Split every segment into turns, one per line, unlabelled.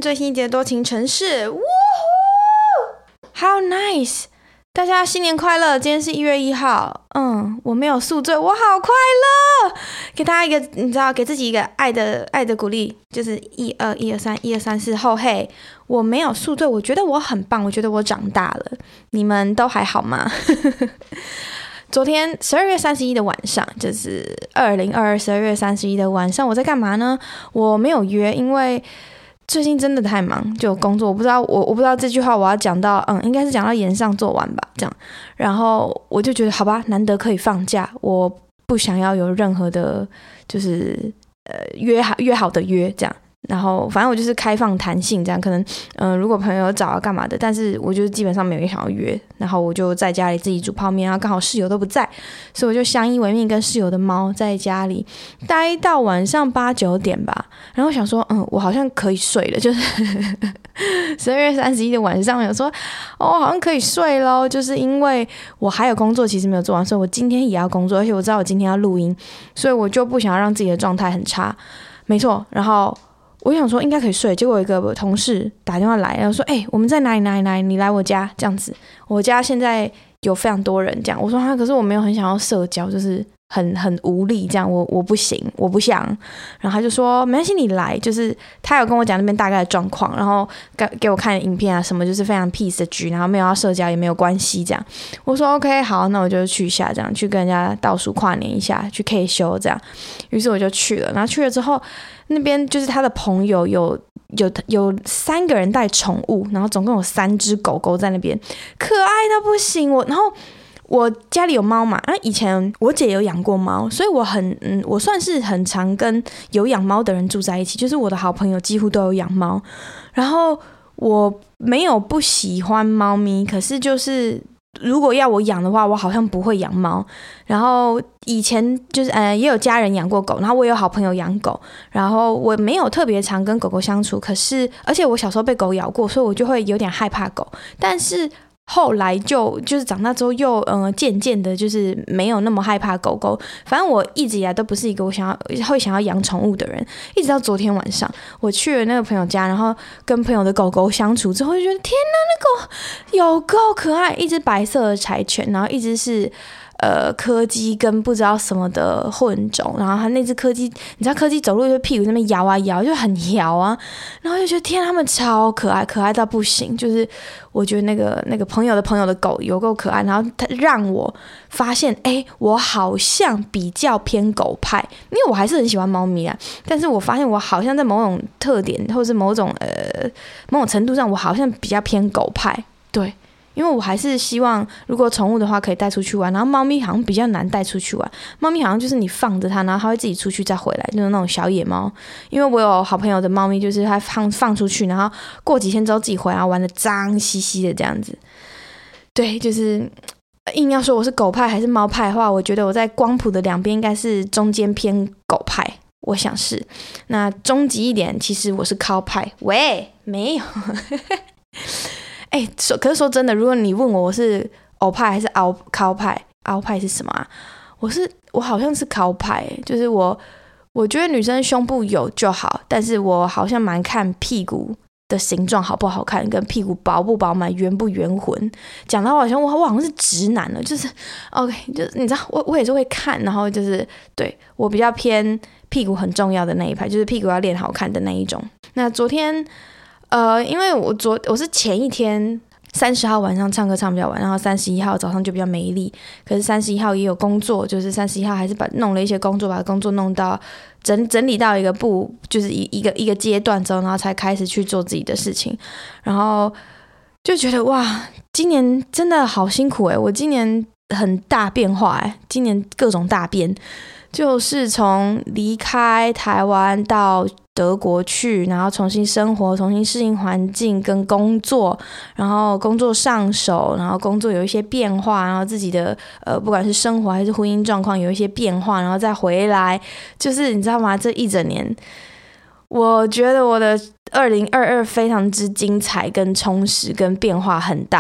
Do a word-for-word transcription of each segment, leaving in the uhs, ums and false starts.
最新一集的多情城市。呜呼 How nice， 大家新年快乐！今天是一月一号，嗯，我没有宿醉，我好快乐！给大家一个，你知道，给自己一个爱的爱的鼓励，就是一二一二三一二三四后嘿，我没有宿醉，我觉得我很棒，我觉得我长大了。你们都还好吗？昨天十二月三十一的晚上，就是二零二二十二月三十一的晚上，我在干嘛呢？我没有约，因为最近真的太忙，就工作，我不知道我我不知道这句话我要讲到，嗯，应该是讲到延上做完吧，这样。然后我就觉得，好吧，难得可以放假，我不想要有任何的，就是呃约好约好的约这样。然后反正我就是开放弹性这样，可能嗯、呃，如果朋友找要干嘛的，但是我就基本上没有想要约，然后我就在家里自己煮泡面，然后刚好室友都不在，所以我就相依为命，跟室友的猫在家里待到晚上八九点吧。然后想说，嗯，我好像可以睡了，就是十二月三十一的晚上，有说哦，好像可以睡咯，就是因为我还有工作其实没有做完，所以我今天也要工作，而且我知道我今天要录音，所以我就不想要让自己的状态很差。没错，然后我想说应该可以睡，结果有一个同事打电话来，然后说：“哎、欸，我们在哪里哪里哪里？你来我家这样子。我家现在有非常多人这样。”我说：“哈，可是我没有很想要社交，就是很很无力这样，我我不行，我不想。”然后他就说：“没关系，你来。”就是他有跟我讲那边大概的状况，然后给给我看影片啊什么，就是非常 peace 的局，然后没有要社交也没有关系这样。我说 OK 好，那我就去一下这样，去跟人家倒数跨年一下，去 K 休这样。于是我就去了，然后去了之后。那边就是他的朋友有有有三个人带宠物，然后总共有三只狗狗在那边，可爱到不行。我然后我家里有猫嘛，然后以前我姐有养过猫，所以我很嗯，我算是很常跟有养猫的人住在一起，就是我的好朋友几乎都有养猫。然后我没有不喜欢猫咪，可是就是如果要我养的话，我好像不会养猫。然后以前就是呃也有家人养过狗，然后我也有好朋友养狗，然后我没有特别常跟狗狗相处，可是而且我小时候被狗咬过，所以我就会有点害怕狗。但是后来就就是长大之后又呃渐渐的就是没有那么害怕狗狗。反正我一直以来都不是一个我想要会想要养宠物的人，一直到昨天晚上我去了那个朋友家，然后跟朋友的狗狗相处之后，就觉得天哪，那狗有够可爱，一只白色的柴犬，然后一只是呃柯基跟不知道什么的混种，然后它那只柯基，你知道柯基走路就屁股那边摇啊摇，就很摇啊，然后就觉得天，他们超可爱，可爱到不行。就是我觉得那个那个朋友的朋友的狗有够可爱，然后它让我发现，哎，我好像比较偏狗派，因为我还是很喜欢猫咪啊，但是我发现我好像在某种特点或是某种呃某种程度上，我好像比较偏狗派，对。因为我还是希望，如果宠物的话可以带出去玩，然后猫咪好像比较难带出去玩。猫咪好像就是你放着它，然后它会自己出去再回来，就是那种小野猫。因为我有好朋友的猫咪，就是它放放出去，然后过几天之后自己回来，玩的脏兮兮的这样子。对，就是硬要说我是狗派还是猫派的话，我觉得我在光谱的两边应该是中间偏狗派，我想是。那终极一点，其实我是靠派。喂，没有。哎、欸，可是说真的，如果你问我我是偶派还是凹靠派，凹派是什么啊？我是我好像是靠派、欸，就是我我觉得女生胸部有就好，但是我好像蛮看屁股的形状好不好看，跟屁股饱不饱满、圆不圆浑。讲到好像我我好像是直男了，就是 OK， 就是你知道我我也是会看，然后就是对我比较偏屁股很重要的那一派，就是屁股要练好看的那一种。那昨天。呃，因为我昨我是前一天三十号晚上唱歌唱比较晚，然后三十一号早上就比较没力。可是三十一号也有工作，就是三十一号还是把弄了一些工作，把工作弄到整整理到一个步，就是一一个一个阶段之后，然后才开始去做自己的事情。然后就觉得哇，今年真的好辛苦诶、欸、我今年很大变化诶、欸、今年各种大变，就是从离开台湾到德国去，然后重新生活，重新适应环境跟工作，然后工作上手，然后工作有一些变化，然后自己的呃不管是生活还是婚姻状况有一些变化，然后再回来，就是你知道吗？这一整年，我觉得我的二零二二非常之精彩、跟充实、跟变化很大。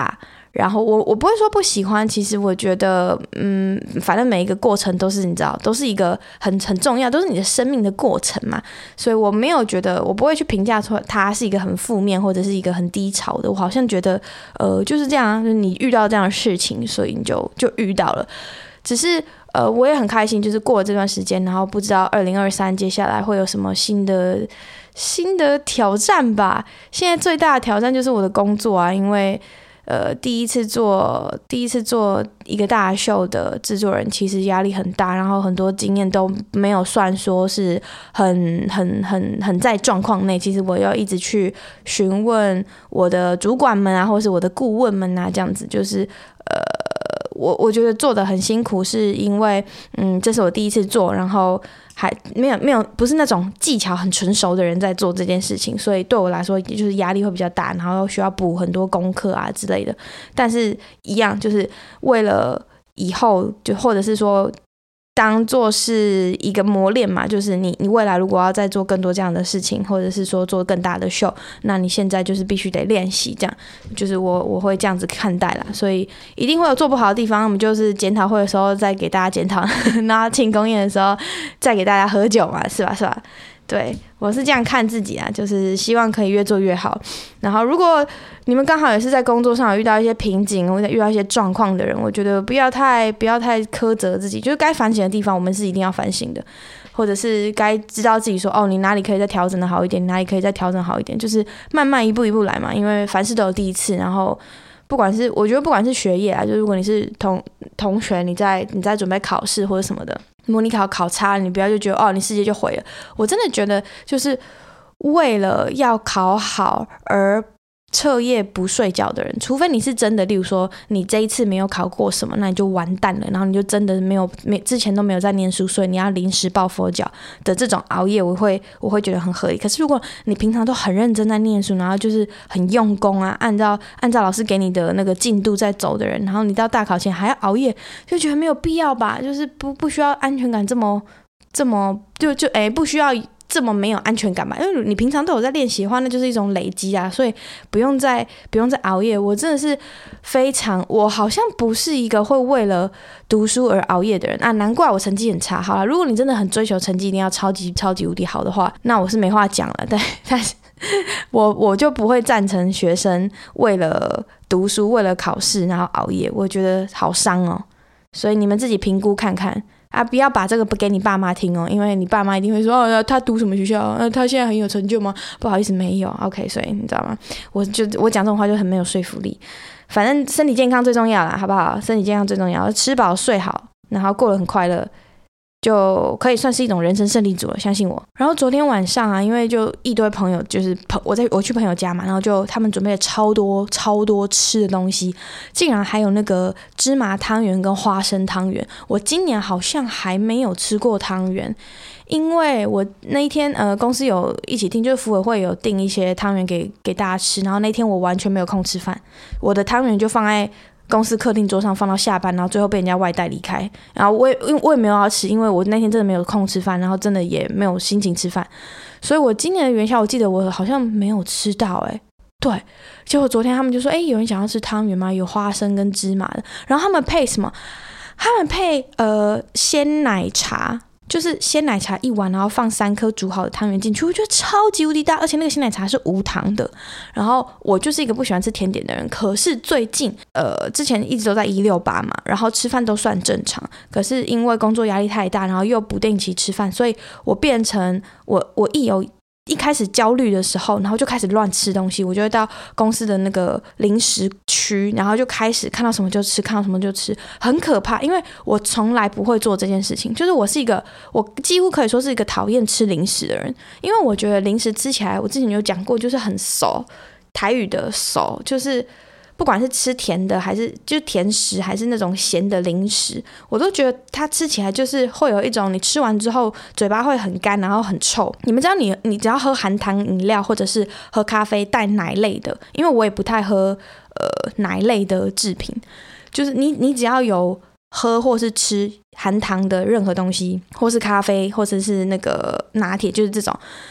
然后我我不会说不喜欢，其实我觉得，嗯，反正每一个过程都是你知道，都是一个很很重要，都是你的生命的过程嘛。所以我没有觉得，我不会去评价出它是一个很负面或者是一个很低潮的。我好像觉得，呃，就是这样，就是你遇到这样的事情，所以你就就遇到了。只是呃，我也很开心，就是过了这段时间，然后不知道二零二三接下来会有什么新的新的挑战吧。现在最大的挑战就是我的工作啊，因为。呃，第一次做第一次做一个大秀的制作人，其实压力很大，然后很多经验都没有算说是很很很很在状况内。其实我要一直去询问我的主管们啊，或是我的顾问们啊，这样子就是呃，我我觉得做得很辛苦，是因为嗯，这是我第一次做，然后。还没有没有不是那种技巧很纯熟的人在做这件事情，所以对我来说也就是压力会比较大，然后需要补很多功课啊之类的。但是一样就是为了以后，就或者是说当做是一个磨练嘛，就是你你未来如果要再做更多这样的事情，或者是说做更大的秀，那你现在就是必须得练习，这样就是我我会这样子看待啦。所以一定会有做不好的地方，我们就是检讨会的时候再给大家检讨，然后庆功宴的时候再给大家喝酒嘛，是吧是吧？对，我是这样看自己啊，就是希望可以越做越好。然后如果你们刚好也是在工作上有遇到一些瓶颈或者遇到一些状况的人，我觉得不要太不要太苛责自己，就是该反省的地方我们是一定要反省的，或者是该知道自己说哦，你哪里可以再调整的好一点，你哪里可以再调整好一点，就是慢慢一步一步来嘛。因为凡事都有第一次，然后不管是我觉得不管是学业啊，就如果你是同同学，你在你在准备考试或者什么的。模拟考考差了，你不要就觉得哦，你世界就毁了。我真的觉得，就是为了要考好而彻夜不睡觉的人，除非你是真的，例如说你这一次没有考过什么，那你就完蛋了，然后你就真的没有没之前都没有在念书，所以你要临时抱佛脚的这种熬夜，我会我会觉得很合理。可是如果你平常都很认真在念书，然后就是很用功啊，按照按照老师给你的那个进度在走的人，然后你到大考前还要熬夜，就觉得没有必要吧？就是不不需要安全感这么这么就就哎不需要。这么没有安全感吧？因为你平常都有在练习的话，那就是一种累积啊，所以不用再不用再熬夜。我真的是非常，我好像不是一个会为了读书而熬夜的人啊，难怪我成绩很差。好啦，如果你真的很追求成绩一定要超级超级无敌好的话，那我是没话讲了。但但是我我就不会赞成学生为了读书为了考试然后熬夜，我觉得好伤哦。所以你们自己评估看看。啊，不要把这个不给你爸妈听哦，因为你爸妈一定会说，哦，他读什么学校？呃、啊，他现在很有成就吗？不好意思，没有。OK， 所以你知道吗？我就我讲这种话就很没有说服力。反正身体健康最重要啦，好不好？身体健康最重要，吃饱睡好，然后过得很快乐，就可以算是一种人生胜利组了，相信我。然后昨天晚上啊，因为就一堆朋友，就是我在我去朋友家嘛，然后就他们准备了超多超多吃的东西，竟然还有那个芝麻汤圆跟花生汤圆。我今年好像还没有吃过汤圆，因为我那一天呃公司有一起订，就是福委会有订一些汤圆给给大家吃，然后那天我完全没有空吃饭，我的汤圆就放在公司客厅桌上放到下班，然后最后被人家外带离开。然后我也我也没有要吃，因为我那天真的没有空吃饭，然后真的也没有心情吃饭，所以我今年的元宵我记得我好像没有吃到哎、欸。对，结果昨天他们就说，哎、欸，有人想要吃汤圆吗？有花生跟芝麻的，然后他们配什么？他们配呃鲜奶茶。就是鲜奶茶一碗，然后放三颗煮好的汤圆进去，我觉得超级无敌大，而且那个鲜奶茶是无糖的。然后我就是一个不喜欢吃甜点的人，可是最近呃之前一直都在一六八嘛，然后吃饭都算正常，可是因为工作压力太大，然后又不定期吃饭，所以我变成我我一有一开始焦虑的时候，然后就开始乱吃东西，我就会到公司的那个零食区，然后就开始看到什么就吃，看到什么就吃，很可怕。因为我从来不会做这件事情，就是我是一个，我几乎可以说是一个讨厌吃零食的人，因为我觉得零食吃起来，我之前有讲过，就是很熟，台语的熟，就是不管是吃甜的还是就甜食还是那种咸的零食，我都觉得它吃起来就是会有一种你吃完之后嘴巴会很干，然后很臭。你们知道你你只要喝含糖饮料或者是喝咖啡带奶类的，因为我也不太喝呃奶类的制品，就是你你只要有喝或是吃含糖的任何东西，或是咖啡或者是那个拿铁，就是这种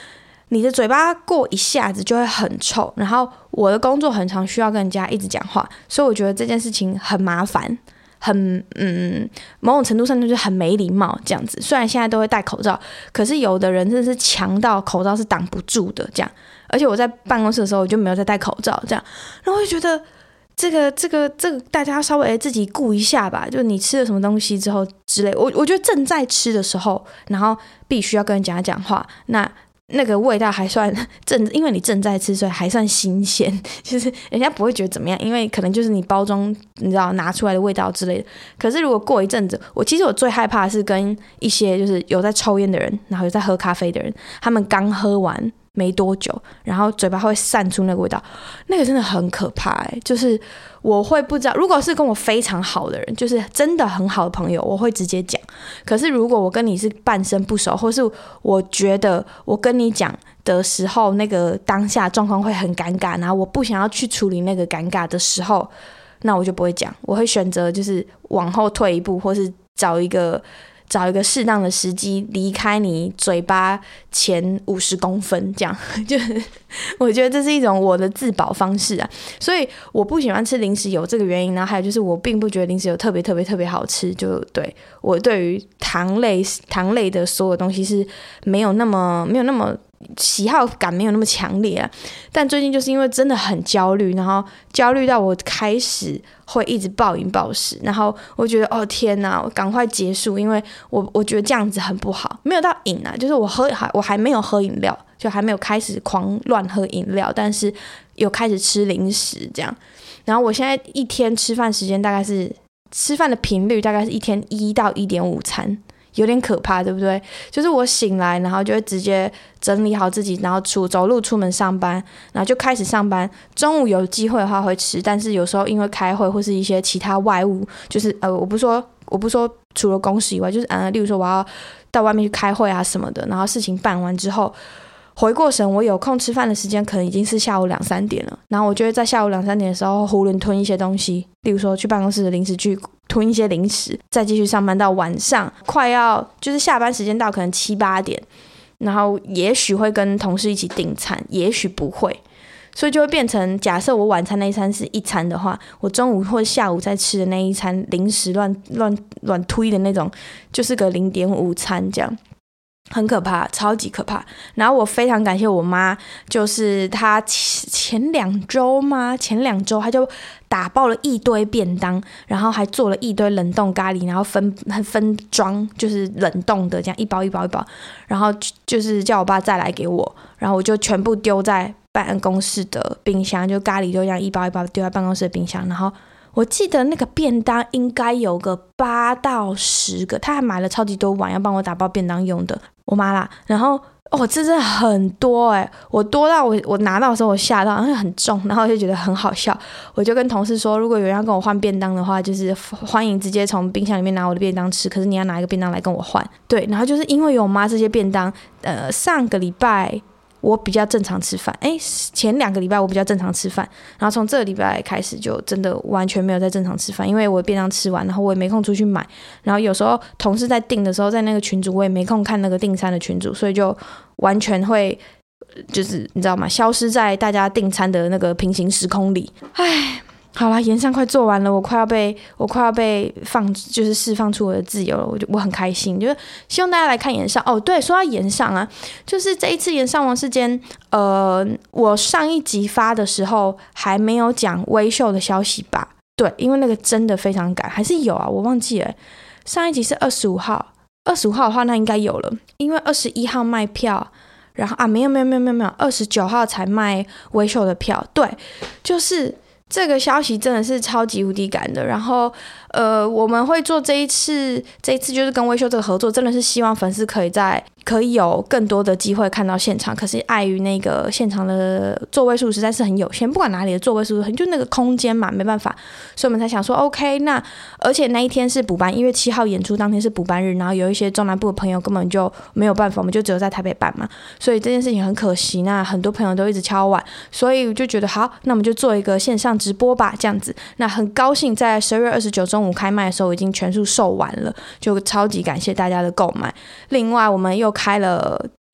你的嘴巴过一下子就会很臭，然后我的工作很常需要跟人家一直讲话，所以我觉得这件事情很麻烦，很嗯，某种程度上就是很没礼貌这样子。虽然现在都会戴口罩，可是有的人真的是强到口罩是挡不住的这样。而且我在办公室的时候我就没有在戴口罩这样，然后我就觉得这个这个这个大家稍微自己顾一下吧，就你吃了什么东西之后之类，我我觉得正在吃的时候，然后必须要跟人家讲话，那那个味道还算正，因为你正在吃，所以还算新鲜，就是人家不会觉得怎么样，因为可能就是你包装你知道拿出来的味道之类的。可是如果过一阵子，我其实我最害怕的是跟一些就是有在抽烟的人，然后有在喝咖啡的人，他们刚喝完没多久，然后嘴巴会散出那个味道，那个真的很可怕欸。就是我会不知道，如果是跟我非常好的人，就是真的很好的朋友，我会直接讲。可是如果我跟你是半生不熟，或是我觉得我跟你讲的时候，那个当下状况会很尴尬，然后我不想要去处理那个尴尬的时候，那我就不会讲，我会选择就是往后退一步，或是找一个找一个适当的时机离开你嘴巴前五十公分，这样就是我觉得这是一种我的自保方式啊。所以我不喜欢吃零食有这个原因，然后还有就是我并不觉得零食有特别特别特别好吃，就对我对于糖类糖类的所有东西是没有那么没有那么喜好感没有那么强烈啊。但最近就是因为真的很焦虑，然后焦虑到我开始会一直暴饮暴食，然后我觉得哦天哪，我赶快结束，因为我我觉得这样子很不好，没有到瘾啊，就是我喝还我还没有喝饮料，就还没有开始狂乱喝饮料，但是有开始吃零食这样。然后我现在一天吃饭时间大概是吃饭的频率大概是一天一到一点五餐。有点可怕，对不对？就是我醒来，然后就会直接整理好自己，然后出走路出门上班，然后就开始上班。中午有机会的话会吃，但是有时候因为开会或是一些其他外务，就是呃，我不说，我不说除了公事以外，就是呃，例如说我要到外面去开会啊什么的，然后事情办完之后，回过神，我有空吃饭的时间可能已经是下午两三点了，然后我就会在下午两三点的时候囫囵吞一些东西，例如说去办公室的零食去吞一些零食，再继续上班到晚上快要就是下班时间到可能七八点，然后也许会跟同事一起订餐，也许不会，所以就会变成假设我晚餐那一餐是一餐的话，我中午或下午在吃的那一餐零食乱乱乱推的那种就是个零点五餐这样，很可怕，超级可怕。然后我非常感谢我妈，就是她前两周吗？前两周她就打包了一堆便当，然后还做了一堆冷冻咖喱，然后分分装，就是冷冻的，这样一包一包一包，然后就是叫我爸再来给我，然后我就全部丢在办公室的冰箱，就咖喱就这样一包一包丢在办公室的冰箱，然后我记得那个便当应该有个八到十个，他还买了超级多碗要帮我打包便当用的，我妈啦。然后哦，这真的很多哎、欸，我多到我我拿到的时候我吓到，因为很重，然后我就觉得很好笑。我就跟同事说，如果有人要跟我换便当的话，就是欢迎直接从冰箱里面拿我的便当吃，可是你要拿一个便当来跟我换。对，然后就是因为有我妈这些便当，呃，上个礼拜我比较正常吃饭，哎，前两个礼拜我比较正常吃饭，然后从这个礼拜开始就真的完全没有在正常吃饭，因为我便当吃完，然后我也没空出去买，然后有时候同事在订的时候，在那个群组我也没空看那个订餐的群组，所以就完全会就是你知道吗？消失在大家订餐的那个平行时空里，唉。好啦，演上快做完了，我快要被我快要被放，就是释放出我的自由了，我就我很开心，就是希望大家来看演上哦。对，说到演上啊，就是这一次演上王世坚，呃，我上一集发的时候还没有讲微秀的消息吧？对，因为那个真的非常赶，还是有啊，我忘记了，上一集是二十五号，二十五号的话那应该有了，因为二十一号卖票。然后啊，没有没有没有没有没有，二十九号才卖微秀的票，对，就是。这个消息真的是超级无敌赶的，然后呃，我们会做这一次，这一次就是跟微秀这个合作，真的是希望粉丝可以在可以有更多的机会看到现场，可是碍于那个现场的座位数实在是很有限，不管哪里的座位数，就那个空间嘛，没办法，所以我们才想说 OK， 那而且那一天是补班，因为七号演出当天是补班日，然后有一些中南部的朋友根本就没有办法，我们就只有在台北办嘛，所以这件事情很可惜，那很多朋友都一直敲碗，所以我就觉得好，那我们就做一个线上直播吧，这样子。那很高兴在十二月二十九中午开卖的时候已经全数售完了，就超级感谢大家的购买。另外我们又开了，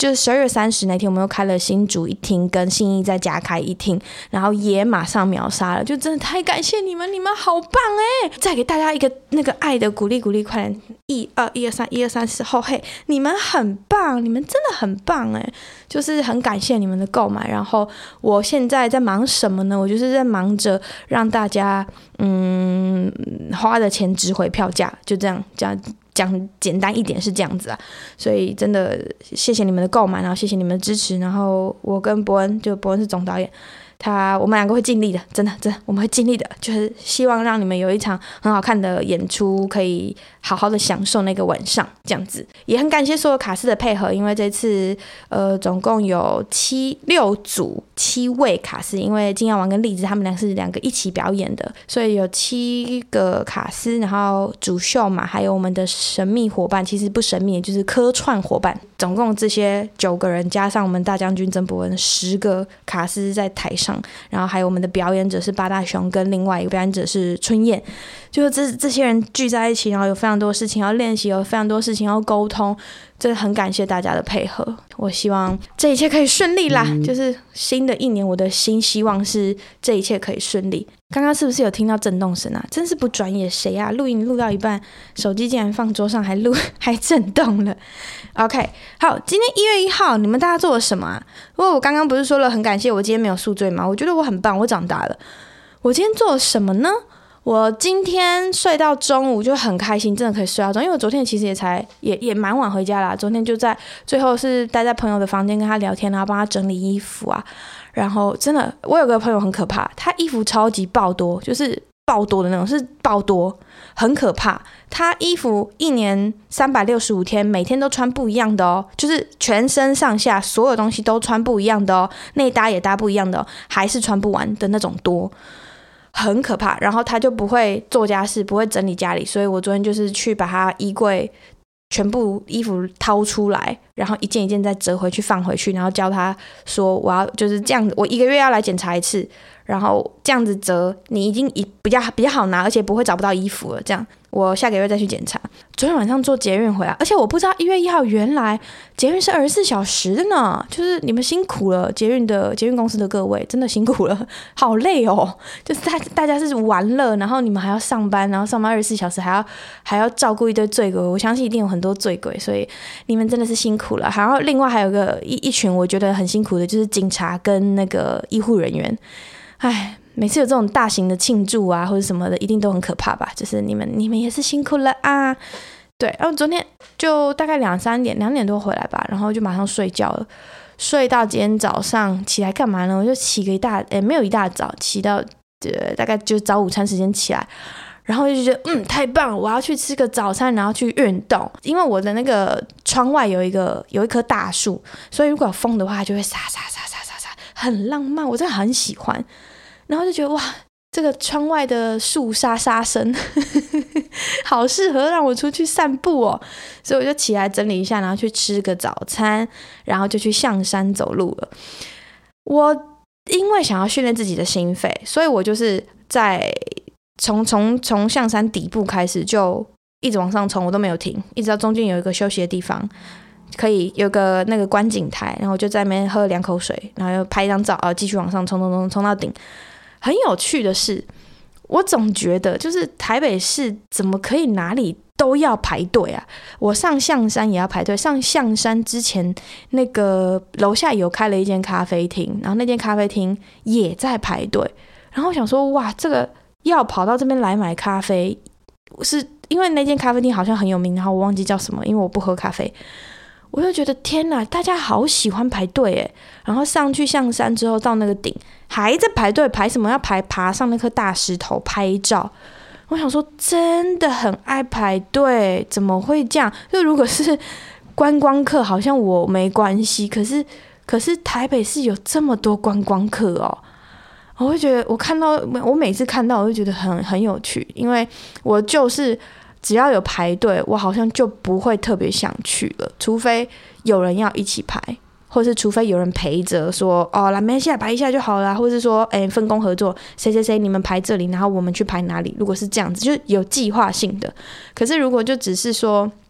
就是十二月三十那天，我们又开了新竹一厅跟信义再加开一厅，然后也马上秒杀了，就真的太感谢你们，你们好棒哎！再给大家一个那个爱的鼓励鼓励，快点，一二一二三一二三四后，嘿，你们很棒，你们真的很棒哎！就是很感谢你们的购买，然后我现在在忙什么呢？我就是在忙着让大家嗯花的钱值回票价，就这样这样。讲简单一点是这样子啊，所以真的谢谢你们的购买，然后谢谢你们的支持，然后我跟伯恩，就伯恩是总导演，他我们两个会尽力的，真的真的我们会尽力的，就是希望让你们有一场很好看的演出，可以好好的享受那个晚上，这样子。也很感谢所有卡司的配合，因为这次呃总共有七六组七位卡司，因为金耀王跟栗子他们俩是两个一起表演的，所以有七个卡司，然后主秀嘛，还有我们的神秘伙伴，其实不神秘，就是客串伙伴，总共这些九个人加上我们大将军曾博文十个卡司在台上，然后还有我们的表演者是八大雄跟另外一个表演者是春燕，就是这这些人聚在一起，然后有非常多事情要练习，有非常多事情要沟通，真的很感谢大家的配合。我希望这一切可以顺利啦，就是新的一年我的新希望是这一切可以顺利。刚刚是不是有听到震动声啊？真是不专业，谁啊？录音录到一半，手机竟然放桌上还录还震动了。OK， 好，今天一月一号，你们大家做了什么啊？因为我刚刚不是说了很感谢我今天没有宿醉吗？我觉得我很棒，我长大了。我今天做了什么呢？我今天睡到中午就很开心，真的可以睡到中午，因为我昨天其实也才也也蛮晚回家啦。昨天就在最后是待在朋友的房间跟他聊天，然后帮他整理衣服啊。然后真的，我有个朋友很可怕，他衣服超级爆多，就是爆多的那种，是爆多，很可怕。他衣服一年三百六十五天，每天都穿不一样的哦，就是全身上下所有东西都穿不一样的哦，内搭也搭不一样的哦，还是穿不完的那种多。很可怕，然后他就不会做家事，不会整理家里，所以我昨天就是去把他衣柜全部衣服掏出来，然后一件一件再折回去放回去，然后教他说我要就是这样子，我一个月要来检查一次，然后这样子折你已经比较比较好拿，而且不会找不到衣服了，这样我下个月再去检查。昨天晚上坐捷运回来，而且我不知道一月一号原来捷运是二十四小时的呢，就是你们辛苦了，捷运的捷运公司的各位真的辛苦了，好累哦，就是大大家是玩乐，然后你们还要上班，然后上班二十四小时还要还要照顾一堆醉鬼，我相信一定有很多醉鬼，所以你们真的是辛苦了。然后另外还有个一一群我觉得很辛苦的，就是警察跟那个医护人员，唉。每次有这种大型的庆祝啊或者什么的一定都很可怕吧，就是你们你们也是辛苦了啊。对，然后昨天就大概两三点两点多回来吧，然后就马上睡觉了，睡到今天早上起来干嘛呢？我就起个一大诶没有一大早，起到呃大概就早午餐时间起来，然后就觉得嗯太棒了，我要去吃个早餐，然后去运动。因为我的那个窗外有一个有一棵大树，所以如果有风的话它就会沙沙沙沙沙沙，很浪漫，我真的很喜欢。然后就觉得哇，这个窗外的树沙沙声好适合让我出去散步哦，所以我就起来整理一下，然后去吃个早餐，然后就去象山走路了。我因为想要训练自己的心肺，所以我就是在从从从象山底部开始就一直往上冲，我都没有停，一直到中间有一个休息的地方，可以有个那个观景台，然后我就在那边喝两口水，然后又拍一张照，然后继续往上冲冲冲冲到顶。很有趣的是，我总觉得就是台北市怎么可以哪里都要排队啊？我上象山也要排队，上象山之前那个楼下有开了一间咖啡厅，然后那间咖啡厅也在排队，然后我想说哇，这个要跑到这边来买咖啡，是因为那间咖啡厅好像很有名，然后我忘记叫什么，因为我不喝咖啡。我就觉得天哪，大家好喜欢排队耶，然后上去象山之后到那个顶还在排队，排什么？要排爬上那颗大石头拍照。我想说真的很爱排队，怎么会这样？就如果是观光客好像我没关系，可是可是台北市有这么多观光客哦，我会觉得我看到我每次看到我会觉得很很有趣，因为我就是只要有排队，我好像就不会特别想去了，除非有人要一起排，或是除非有人陪着说哦，来没下排一下就好啦，或是说哎分工合作，谁谁谁你们排这里，然后我们去排哪里。如果是这样子，就有计划性的。可是如果就只是说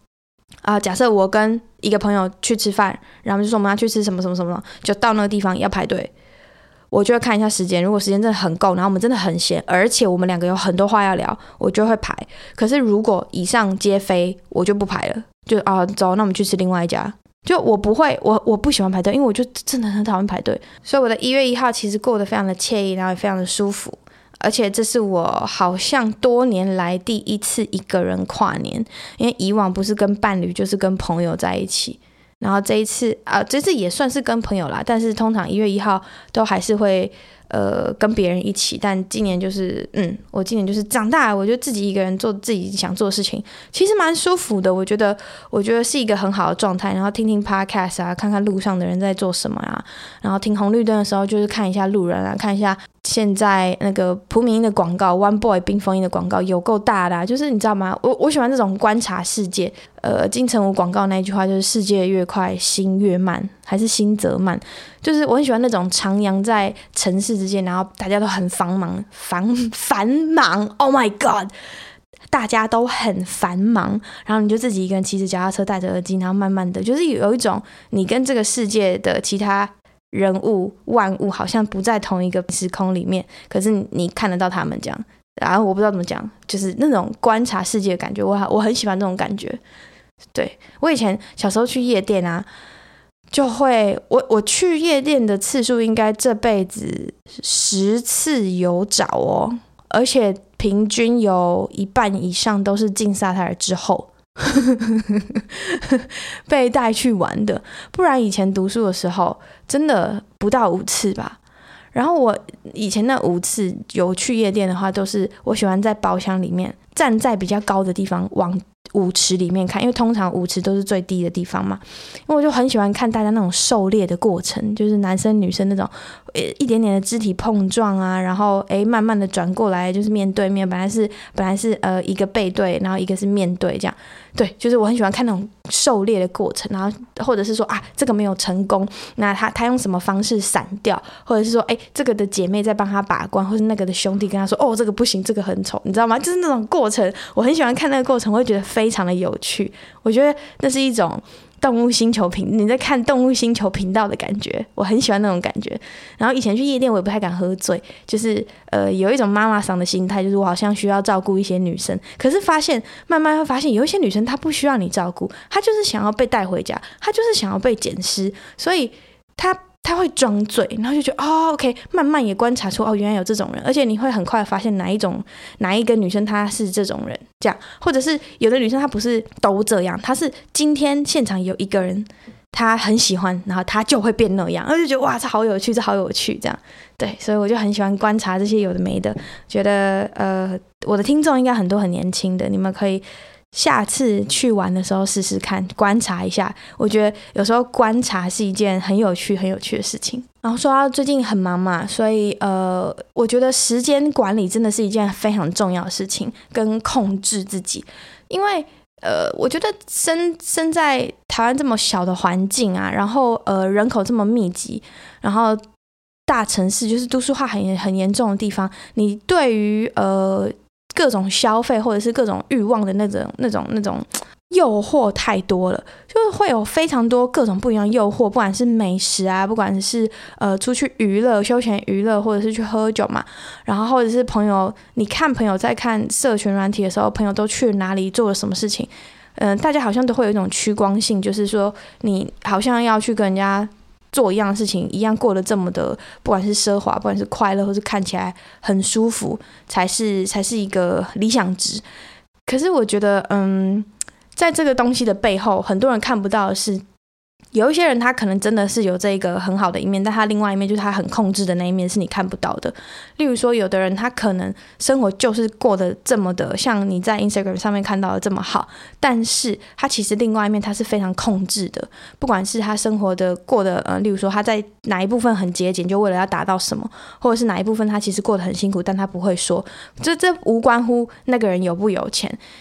啊、呃，假设我跟一个朋友去吃饭，然后就说我们要去吃什么什么什么，就到那个地方要排队，我就会看一下时间，如果时间真的很够，然后我们真的很闲，而且我们两个有很多话要聊，我就会排。可是如果以上皆非，我就不排了，就啊走，那我们去吃另外一家。就我不会，我我不喜欢排队，因为我就真的很讨厌排队，所以我的一月一号其实过得非常的惬意，然后也非常的舒服。而且这是我好像多年来第一次一个人跨年，因为以往不是跟伴侣就是跟朋友在一起，然后这一次啊、呃，这次也算是跟朋友啦，但是通常一月一号都还是会呃跟别人一起，但今年就是嗯，我今年就是长大了，我就自己一个人做自己想做的事情，其实蛮舒服的，我觉得我觉得是一个很好的状态，然后听听 podcast 啊，看看路上的人在做什么啊，然后停红绿灯的时候就是看一下路人啊，看一下现在那个朴敏英的广告 One Boy 冰封印的广告有够大的、啊、就是你知道吗，我我喜欢这种观察世界。呃，金城武广告那一句话就是世界越快心越慢，还是心则慢，就是我很喜欢那种徜徉在城市之间，然后大家都很繁忙繁繁忙 Oh my god， 大家都很繁忙，然后你就自己一个人骑着脚踏车戴着耳机，然后慢慢的就是有一种你跟这个世界的其他人物万物好像不在同一个时空里面，可是你看得到他们这样，然后我不知道怎么讲，就是那种观察世界的感觉，我我很喜欢这种感觉。对，我以前小时候去夜店啊，就会我我去夜店的次数应该这辈子十次有找哦，而且平均有一半以上都是进萨泰尔之后被带去玩的，不然以前读书的时候真的不到五次吧。然后我以前那五次有去夜店的话，都是我喜欢在包厢里面站在比较高的地方往舞池里面看，因为通常舞池都是最低的地方嘛，因为我就很喜欢看大家那种狩猎的过程，就是男生女生那种一点点的肢体碰撞啊，然后诶慢慢的转过来就是面对面，本来是本来是呃一个背对，然后一个是面对这样，对，就是我很喜欢看那种狩猎的过程，然后或者是说啊这个没有成功，那他他用什么方式闪掉，或者是说诶这个的姐妹在帮他把关，或是那个的兄弟跟他说哦这个不行，这个很丑，你知道吗？就是那种过程，我很喜欢看那个过程，我会觉得非常的有趣，我觉得那是一种动物星球频你在看动物星球频道的感觉，我很喜欢那种感觉。然后以前去夜店我也不太敢喝醉，就是呃有一种妈妈桑的心态，就是我好像需要照顾一些女生，可是发现慢慢会发现有一些女生她不需要你照顾，她就是想要被带回家，她就是想要被捡尸，所以她他会装醉，然后就觉得哦 OK， 慢慢也观察出哦原来有这种人，而且你会很快发现哪一种哪一个女生她是这种人，这样，或者是有的女生她不是都这样，她是今天现场有一个人她很喜欢，然后她就会变那样，然后就觉得哇这好有趣，这好有趣，这样，对，所以我就很喜欢观察这些有的没的，觉得呃我的听众应该很多很年轻的，你们可以下次去玩的时候试试看，观察一下，我觉得有时候观察是一件很有趣很有趣的事情。然后说到最近很忙嘛，所以呃，我觉得时间管理真的是一件非常重要的事情，跟控制自己，因为呃，我觉得生生在台湾这么小的环境啊，然后呃人口这么密集，然后大城市就是都市化很很严重的地方，你对于呃各种消费或者是各种欲望的那种那种那种诱惑太多了，就是会有非常多各种不一样的诱惑，不管是美食啊，不管是呃出去娱乐休闲娱乐，或者是去喝酒嘛，然后或者是朋友，你看朋友在看社群软体的时候，朋友都去了哪里做了什么事情，嗯、呃，大家好像都会有一种趋光性，就是说你好像要去跟人家做一样的事情，一样过得这么的，不管是奢华，不管是快乐，或是看起来很舒服，才是才是一个理想值。可是我觉得，嗯，在这个东西的背后，很多人看不到的是，有一些人他可能真的是有这个很好的一面，但他另外一面就是他很控制的那一面是你看不到的。例如说，有的人他可能生活就是过得这么的，像你在 Instagram 上面看到的这么好，但是他其实另外一面他是非常控制的，不管是他生活的过的呃，例如说他在哪一部分很节俭，就为了要达到什么，或者是哪一部分他其实过得很辛苦，但他不会说，这这无关乎那个人有不有钱。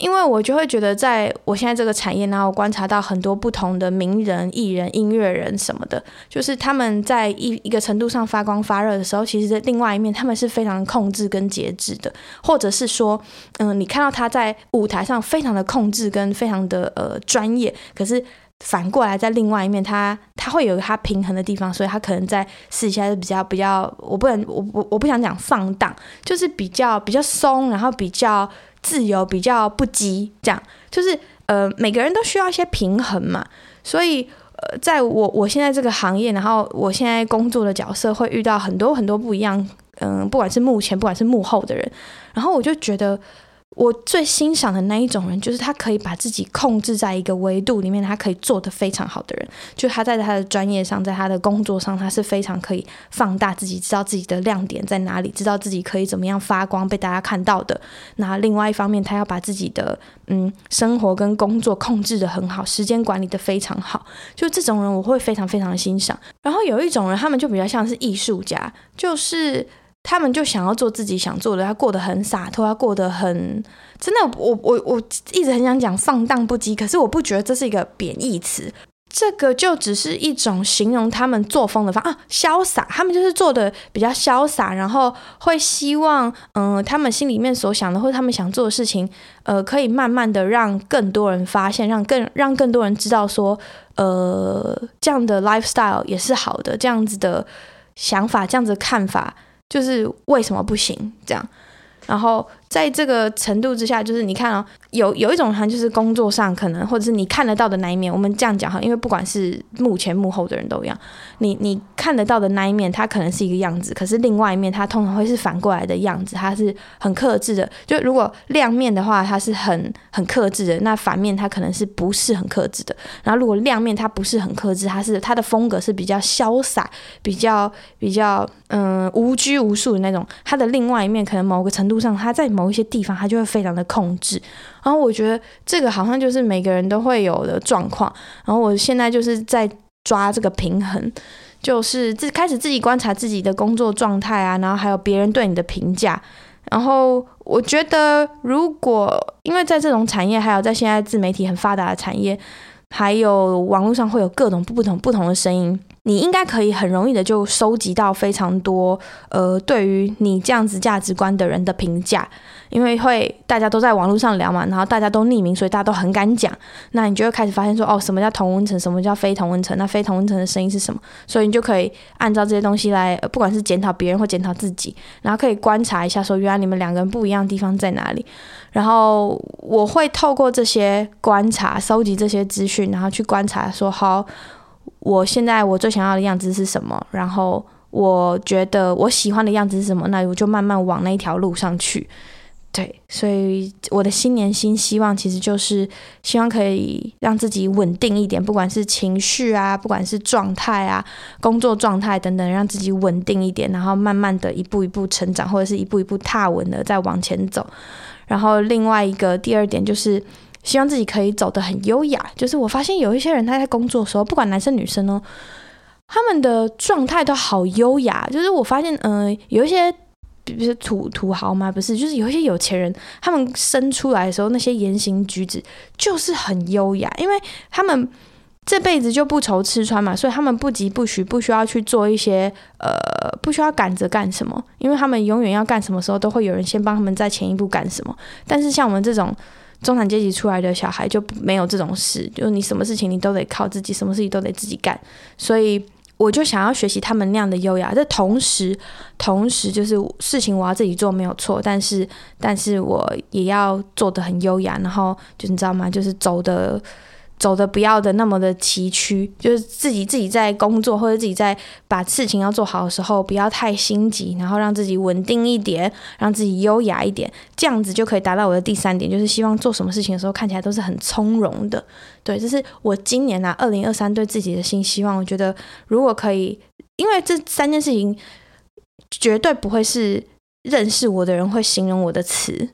因为我就会觉得在我现在这个产业，然后我观察到很多不同的名人、艺人、音乐人什么的，就是他们在一一个程度上发光发热的时候，其实另外一面他们是非常控制跟节制的，或者是说嗯，你看到他在舞台上非常的控制跟非常的呃专业，可是反过来在另外一面他他会有他平衡的地方，所以他可能在私底下是比较比较我不能我我我不想讲放荡，就是比较比较松，然后比较自由，比较不羁，这样就是呃每个人都需要一些平衡嘛，所以呃在我我现在这个行业，然后我现在工作的角色会遇到很多很多不一样，嗯、呃，不管是幕前不管是幕后的人，然后我就觉得我最欣赏的那一种人，就是他可以把自己控制在一个维度里面，他可以做得非常好的人，就他在他的专业上，在他的工作上，他是非常可以放大自己，知道自己的亮点在哪里，知道自己可以怎么样发光被大家看到的。那另外一方面，他要把自己的嗯生活跟工作控制得很好，时间管理得非常好，就这种人我会非常非常的欣赏。然后有一种人，他们就比较像是艺术家，就是他们就想要做自己想做的，他过得很洒脱，他过得很真的，我我我一直很想讲放荡不羁，可是我不觉得这是一个贬义词，这个就只是一种形容他们作风的方啊，潇洒，他们就是做的比较潇洒，然后会希望嗯、呃，他们心里面所想的或者他们想做的事情，呃，可以慢慢的让更多人发现，让更让更多人知道说，呃，这样的 lifestyle 也是好的，这样子的想法，这样子的看法。就是为什么不行这样，然后在这个程度之下，就是你看哦，有有一种人就是工作上可能或者是你看得到的那一面，我们这样讲哈，因为不管是幕前幕后的人都一样，你你看得到的那一面，它可能是一个样子，可是另外一面它通常会是反过来的样子，它是很克制的。就如果亮面的话，它是很很克制的，那反面它可能是不是很克制的。然后如果亮面它不是很克制，它是它的风格是比较潇洒，比较比较嗯无拘无束的那种。它的另外一面可能某个程度上，它在某一些地方它就会非常的控制。然后我觉得这个好像就是每个人都会有的状况。然后我现在就是在抓这个平衡，就是自开始自己观察自己的工作状态啊，然后还有别人对你的评价。然后我觉得如果因为在这种产业，还有在现在自媒体很发达的产业，还有网络上会有各种不同不同的声音，你应该可以很容易的就收集到非常多呃对于你这样子价值观的人的评价，因为会大家都在网络上聊嘛，然后大家都匿名，所以大家都很敢讲，那你就会开始发现说，哦，什么叫同温层，什么叫非同温层，那非同温层的声音是什么，所以你就可以按照这些东西来，不管是检讨别人或检讨自己，然后可以观察一下说，原来你们两个人不一样的地方在哪里。然后我会透过这些观察收集这些资讯，然后去观察说，好，我现在我最想要的样子是什么，然后我觉得我喜欢的样子是什么，那我就慢慢往那一条路上去。对，所以我的新年新希望其实就是希望可以让自己稳定一点，不管是情绪啊，不管是状态啊，工作状态等等，让自己稳定一点，然后慢慢的一步一步成长，或者是一步一步踏稳的再往前走。然后另外一个第二点就是希望自己可以走得很优雅，就是我发现有一些人他在工作的时候，不管男生女生哦，他们的状态都好优雅，就是我发现嗯、呃，有一些比如说土土豪嘛，不是，就是有一些有钱人，他们生出来的时候那些言行举止就是很优雅，因为他们这辈子就不愁吃穿嘛，所以他们不急不徐，不需要去做一些呃，不需要赶着干什么，因为他们永远要干什么时候都会有人先帮他们在前一步干什么。但是像我们这种中产阶级出来的小孩就没有这种事，就是你什么事情你都得靠自己，什么事情都得自己干，所以我就想要学习他们那样的优雅。这同时同时就是事情我要自己做没有错，但是但是我也要做得很优雅，然后就你知道吗，就是走的走的不要的那么的崎岖，就是自己自己在工作或者自己在把事情要做好的时候不要太心急，然后让自己稳定一点，让自己优雅一点，这样子就可以达到我的第三点，就是希望做什么事情的时候看起来都是很从容的。对，这是我今年啊二零二三对自己的新希望。我觉得如果可以，因为这三件事情绝对不会是认识我的人会形容我的词，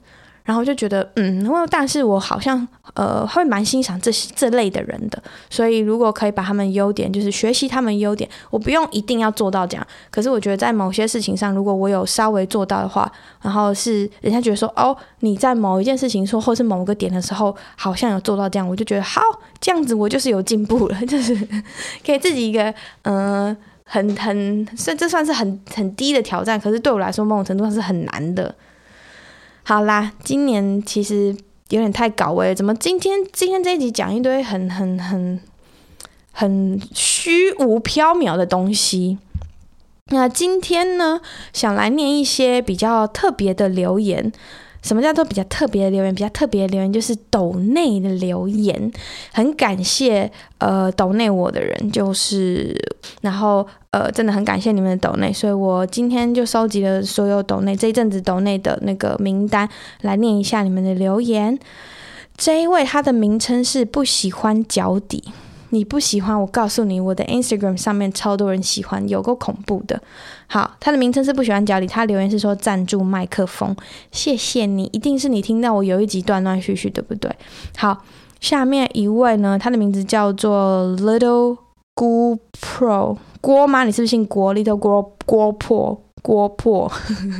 然后就觉得嗯，但是我好像呃会蛮欣赏这这类的人的，所以如果可以把他们优点，就是学习他们优点，我不用一定要做到这样，可是我觉得在某些事情上，如果我有稍微做到的话，然后是人家觉得说哦，你在某一件事情说或是某个点的时候好像有做到这样，我就觉得好，这样子我就是有进步了，就是给自己一个嗯、呃、很很这算是很很低的挑战，可是对我来说某种程度上是很难的。好啦，今年其实有点太搞味了，怎么今天今天这一集讲一堆很很很很虚无缥缈的东西？那今天呢，想来念一些比较特别的留言。什么叫做比较特别的留言？比较特别的留言就是抖内的留言，很感谢呃抖内我的人，就是然后呃真的很感谢你们的抖内，所以我今天就收集了所有抖内这一阵子抖内的那个名单，来念一下你们的留言。这一位他的名称是不喜欢脚底，你不喜欢，我告诉你，我的 Instagram 上面超多人喜欢，有够恐怖的。好，他的名称是不喜欢脚底，他留言是说赞助麦克风，谢谢你，一定是你听到我有一集断断续续，对不对？好，下面一位呢，他的名字叫做 Little 郭 Pro， 郭吗？你是不是姓郭 ？Little 郭郭破郭破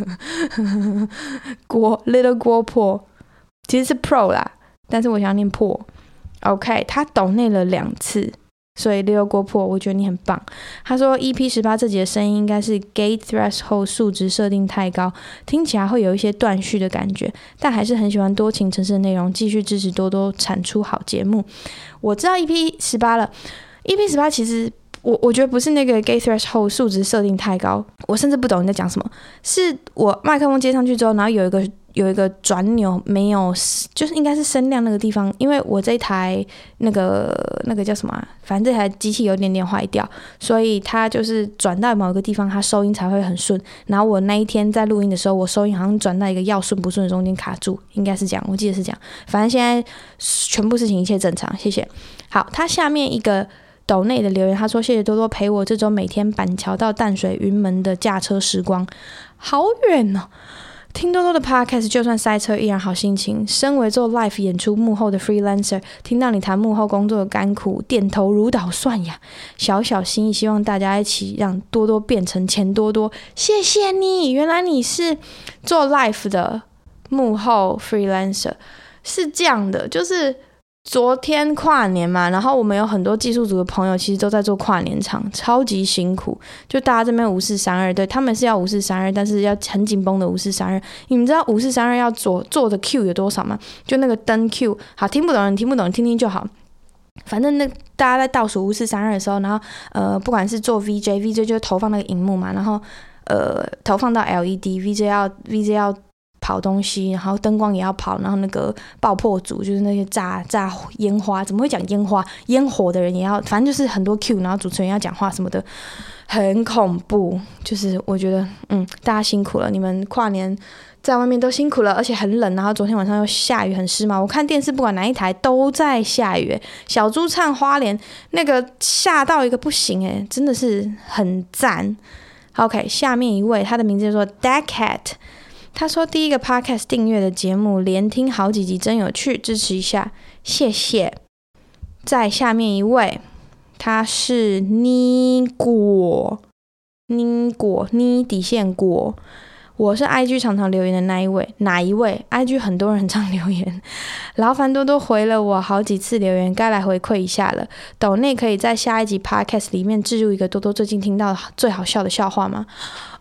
郭 Little 郭破，其实是 Pro 啦，但是我想要念破。OK， 他抖内了两次，所以六郭破，我觉得你很棒。他说 E P 十八 这集的声音应该是 Gate Threshold 数值设定太高，听起来会有一些断续的感觉，但还是很喜欢多情城市的内容，继续支持多多产出好节目。我知道 E P 十八 了， E P 十八 其实我我觉得不是那个 Gate Threshold 数值设定太高，我甚至不懂你在讲什么，是我麦克风接上去之后，然后有一个有一个转钮没有，就是应该是声量那个地方，因为我这一台那个那个叫什么、啊、反正这台机器有点点坏掉，所以它就是转到某个地方它收音才会很顺，然后我那一天在录音的时候，我收音好像转到一个要顺不顺的中间卡住，应该是这样，我记得是这样，反正现在全部事情一切正常，谢谢。好，它下面一个抖内的留言，他说谢谢多多陪我这周每天板桥到淡水云门的驾车时光，好远哦，听多多的 podcast 就算塞车依然好心情，身为做 live 演出幕后的 freelancer， 听到你谈幕后工作的甘苦，点头如捣蒜呀，小小心意，希望大家一起让多多变成钱多多，谢谢你，原来你是做 live 的幕后 freelancer， 是这样的，就是昨天跨年嘛，然后我们有很多技术组的朋友其实都在做跨年场，超级辛苦，就大家这边五四三二，对，他们是要五四三二，但是要很紧绷的五四三二。你们知道五四三二要做做的 Q 有多少吗？就那个灯 Q， 好，听不懂人听不懂，听听就好。反正那大家在倒数五四三二的时候，然后呃，不管是做 V J，V J 就是投放那个荧幕嘛，然后呃投放到 L E D，V J 要 V J 要跑东西，然后灯光也要跑，然后那个爆破组就是那些炸炸烟花，怎么会讲烟花？烟火的人也要，反正就是很多 Q， 然后主持人要讲话什么的，很恐怖。就是我觉得，嗯，大家辛苦了，你们跨年在外面都辛苦了，而且很冷，然后昨天晚上又下雨，很湿嘛。我看电视不管哪一台都在下雨，小猪唱花莲那个下到一个不行诶，真的是很赞。OK， 下面一位，他的名字叫做 Deckcat。他说第一个 podcast 订阅的节目连听好几集真有趣，支持一下，谢谢。再下面一位，他是妮果妮果妮底线果，我是 I G 常常留言的那一位，哪一位 ？I G 很多人很常留言，劳烦多多回了我好几次留言，该来回馈一下了。抖内可以在下一集 podcast 里面置入一个多多最近听到最好笑的笑话吗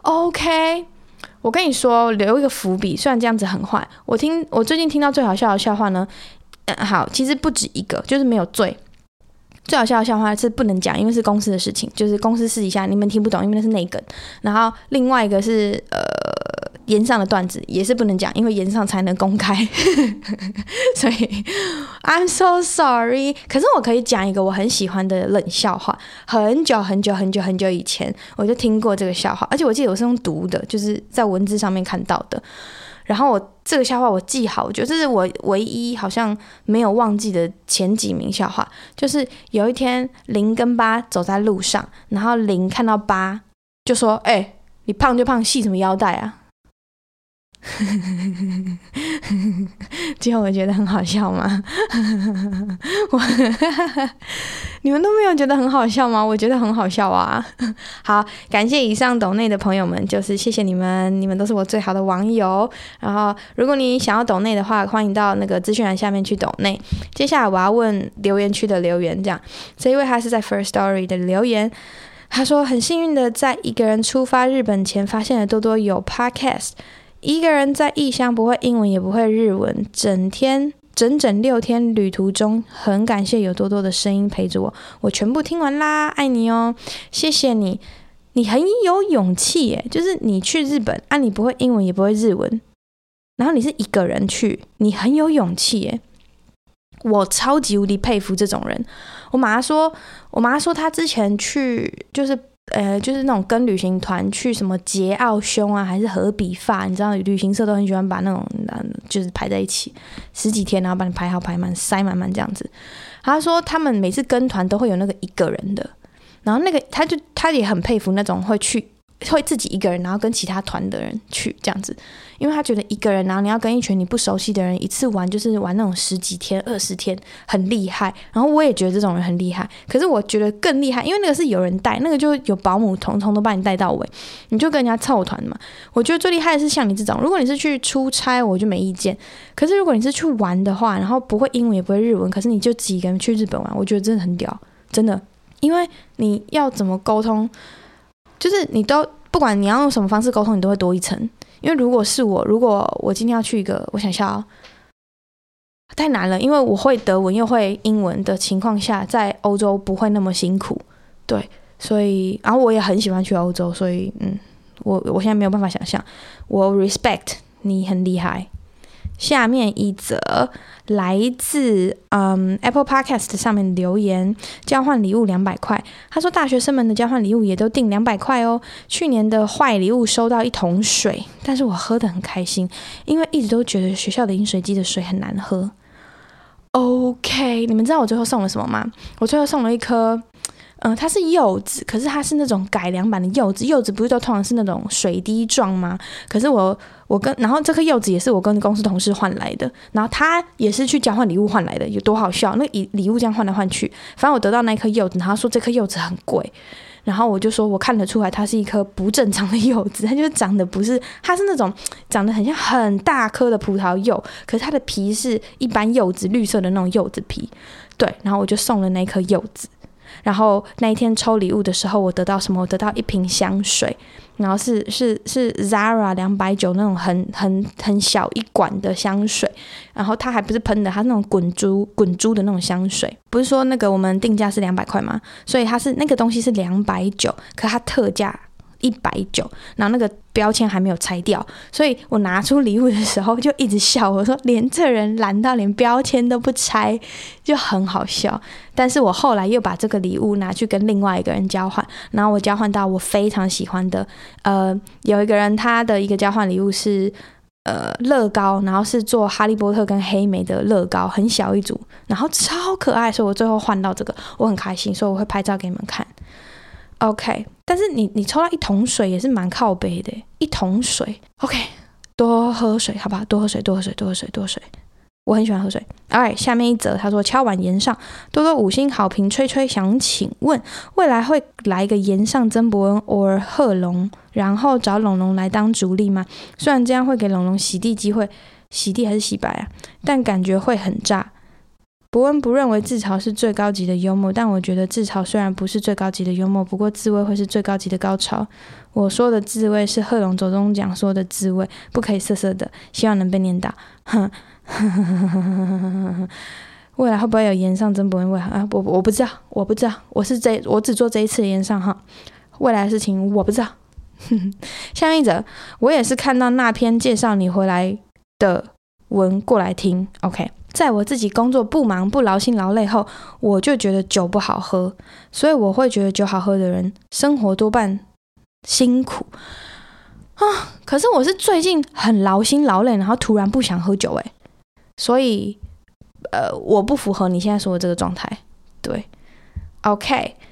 ？OK。我跟你说，留一个伏笔，虽然这样子很坏。我听我最近听到最好笑的笑话呢，嗯，好，其实不止一个，就是没有最最好笑的笑话是不能讲，因为是公司的事情，就是公司私底下你们听不懂，因为那是内梗。然后另外一个是呃言上的段子，也是不能讲，因为言上才能公开。所以 I'm so sorry。可是我可以讲一个我很喜欢的冷笑话，很久很久很久很久以前我就听过这个笑话，而且我记得我是用读的，就是在文字上面看到的。然后我这个笑话我记好，我觉得这是我唯一好像没有忘记的前几名笑话。就是有一天零跟八走在路上，然后零看到八就说：“哎、欸，你胖就胖，系什么腰带啊？” 结果我觉得很好笑吗？我你们都没有觉得很好笑吗？我觉得很好笑啊。好，感谢以上抖内的朋友们，就是谢谢你们，你们都是我最好的网友。然后如果你想要抖内的话，欢迎到那个资讯栏下面去抖内。接下来我要问留言区的留言，这样这一位他是在 First Story 的留言，他说很幸运的在一个人出发日本前发现了多多有 podcast， 一个人在异乡不会英文也不会日文，整天整整六天旅途中，很感谢有多多的声音陪着我，我全部听完啦，爱你哦，谢谢你，你很有勇气耶，就是你去日本啊，你不会英文也不会日文，然后你是一个人去，你很有勇气耶，我超级无敌佩服这种人。我妈说，我妈说她之前去就是呃就是那种跟旅行团去什么捷奥匈啊，还是荷比法，你知道旅行社都很喜欢把那种就是排在一起十几天，然后把你排好排满塞满满这样子。她说他们每次跟团都会有那个一个人的，然后那个她就她也很佩服那种会去会自己一个人然后跟其他团的人去这样子，因为他觉得一个人然后你要跟一群你不熟悉的人一次玩，就是玩那种十几天二十天，很厉害。然后我也觉得这种人很厉害，可是我觉得更厉害，因为那个是有人带，那个就有保姆统统都把你带到尾，你就跟人家凑团嘛。我觉得最厉害的是像你这种，如果你是去出差我就没意见，可是如果你是去玩的话，然后不会英文也不会日文，可是你就自己一个人去日本玩，我觉得真的很屌，真的。因为你要怎么沟通，就是你都不管你要用什么方式沟通，你都会多一层。因为如果是我，如果我今天要去一个，我想想哦，太难了，因为我会德文又会英文的情况下，在欧洲不会那么辛苦，对，所以然后我也很喜欢去欧洲，所以嗯，我我现在没有办法想象，我 respect 你很厉害。下面一则来自、嗯、Apple Podcast 上面留言，交换礼物两百块。他说大学生们的交换礼物也都定两百块哦。去年的坏礼物收到一桶水，但是我喝得很开心，因为一直都觉得学校的饮水机的水很难喝。OK， 你们知道我最后送了什么吗？我最后送了一颗嗯，它是柚子，可是它是那种改良版的柚子。柚子不是都通常是那种水滴状吗？可是我我跟然后这颗柚子也是我跟公司同事换来的，然后他也是去交换礼物换来的，有多好笑？那礼礼物这样换来换去，反正我得到那颗柚子，然后他说这颗柚子很贵，然后我就说我看得出来它是一颗不正常的柚子，它就是长得不是，它是那种长得很像很大颗的葡萄柚，可是它的皮是一般柚子绿色的那种柚子皮，对，然后我就送了那颗柚子。然后那一天抽礼物的时候，我得到什么？我得到一瓶香水，然后是是是 Zara 两百九那种很很很小一管的香水，然后它还不是喷的，它是那种滚珠滚珠的那种香水。不是说那个我们定价是两百块吗？所以它是那个东西是两百九，可它特价一百九，然后那个标签还没有拆掉，所以我拿出礼物的时候就一直笑，我说连这人懒到连标签都不拆，就很好笑。但是我后来又把这个礼物拿去跟另外一个人交换，然后我交换到我非常喜欢的，呃，有一个人他的一个交换礼物是呃乐高，然后是做哈利波特跟黑莓的乐高，很小一组，然后超可爱，所以我最后换到这个，我很开心，所以我会拍照给你们看。OK， 但是你你抽到一桶水也是蛮靠北的，一桶水 OK， 多喝水好不好？多喝水多喝水多喝水多喝水，我很喜欢喝水。 Alright， 下面一则他说敲碗炎上多多五星好评，吹吹想请问未来会来一个炎上曾博恩 or 贺龙，然后找龙龙来当主力吗？虽然这样会给龙龙洗地机会，洗地还是洗白啊，但感觉会很炸。伯恩不认为自嘲是最高级的幽默，但我觉得自嘲虽然不是最高级的幽默，不过自慰会是最高级的高潮。我说的自慰是贺龙走中奖说的自慰，不可以色色的，希望能被念到。未来会不会有炎上曾伯恩未啊？我我不知道，我不知道，我是这我只做这一次的炎上哈，未来的事情我不知道。下面一则，我也是看到那篇介绍你回来的文过来听 ，OK。在我自己工作不忙不劳心劳累后，我就觉得酒不好喝，所以我会觉得酒好喝的人生活多半辛苦啊。可是我是最近很劳心劳累，然后突然不想喝酒，诶，所以呃，我不符合你现在说的这个状态。对 ，OK，